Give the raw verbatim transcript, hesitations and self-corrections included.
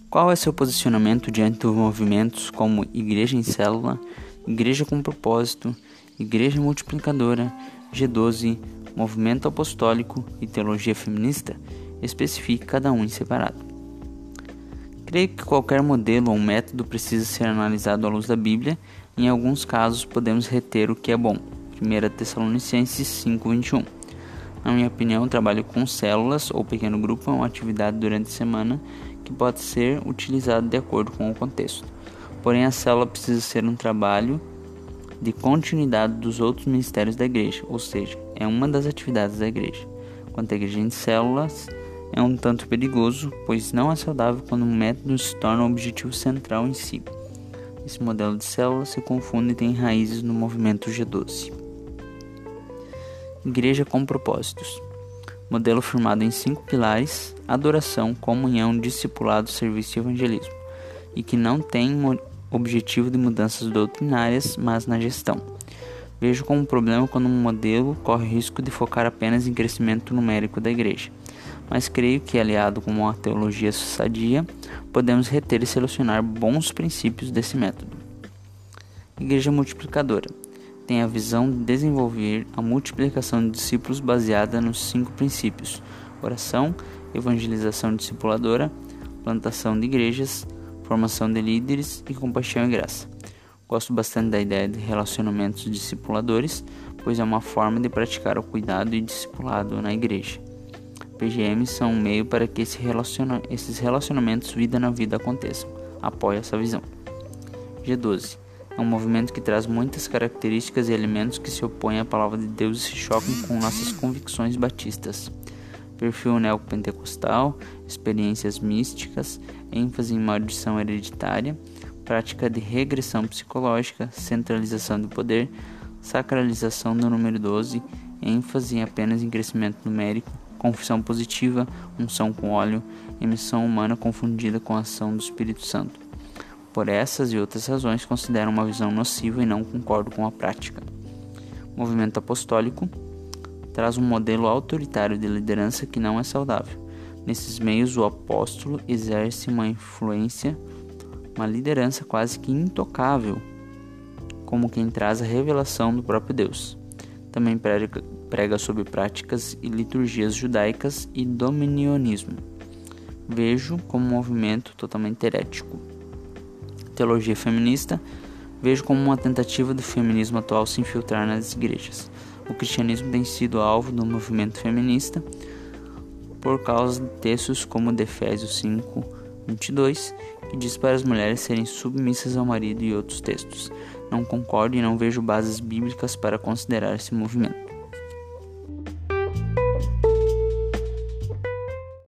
Qual é seu posicionamento diante dos movimentos como Igreja em Célula, Igreja com Propósito, Igreja Multiplicadora, G doze, Movimento Apostólico e Teologia Feminista? Especifique cada um em separado. Creio que qualquer modelo ou método precisa ser analisado à luz da Bíblia. Em alguns casos, podemos reter o que é bom. primeira Tessalonicenses cinco, vinte e um. Na minha opinião, o trabalho com células ou pequeno grupo é uma atividade durante a semana que pode ser utilizado de acordo com o contexto. Porém, a célula precisa ser um trabalho de continuidade dos outros ministérios da igreja, ou seja, é uma das atividades da igreja. Quanto à igreja em células, é um tanto perigoso, pois não é saudável quando um método se torna o objetivo central em si. Esse modelo de célula se confunde e tem raízes no movimento G doze. Igreja com propósitos. Modelo firmado em cinco pilares: adoração, comunhão, discipulado, serviço e evangelismo, e que não tem objetivo de mudanças doutrinárias, mas na gestão. Vejo como um problema quando um modelo corre o risco de focar apenas em crescimento numérico da igreja, mas creio que, aliado com uma teologia sadia, podemos reter e selecionar bons princípios desse método. Igreja multiplicadora tem a visão de desenvolver a multiplicação de discípulos baseada nos cinco princípios: oração, evangelização discipuladora, plantação de igrejas, formação de líderes e compaixão e graça. Gosto bastante da ideia de relacionamentos discipuladores, pois é uma forma de praticar o cuidado e discipulado na igreja. P G Ms são um meio para que esse relaciona- esses relacionamentos vida na vida aconteçam. Apoio essa visão. G doze é um movimento que traz muitas características e elementos que se opõem à palavra de Deus e se chocam com nossas convicções batistas. Perfil neopentecostal, experiências místicas, ênfase em maldição hereditária, prática de regressão psicológica, centralização do poder, sacralização do número doze, ênfase apenas em crescimento numérico, confissão positiva, unção com óleo, emissão humana confundida com a ação do Espírito Santo. Por essas e outras razões, considero uma visão nociva e não concordo com a prática. Movimento apostólico traz um modelo autoritário de liderança que não é saudável. Nesses meios, o apóstolo exerce uma influência, uma liderança quase que intocável, como quem traz a revelação do próprio Deus. Também prega, prega sobre práticas e liturgias judaicas e dominionismo. Vejo como um movimento totalmente herético. Teologia feminista, vejo como uma tentativa do feminismo atual se infiltrar nas igrejas. O cristianismo tem sido alvo do movimento feminista por causa de textos como de Efésios cinco, vinte e dois, que diz para as mulheres serem submissas ao marido, e outros textos. Não concordo e não vejo bases bíblicas para considerar esse movimento.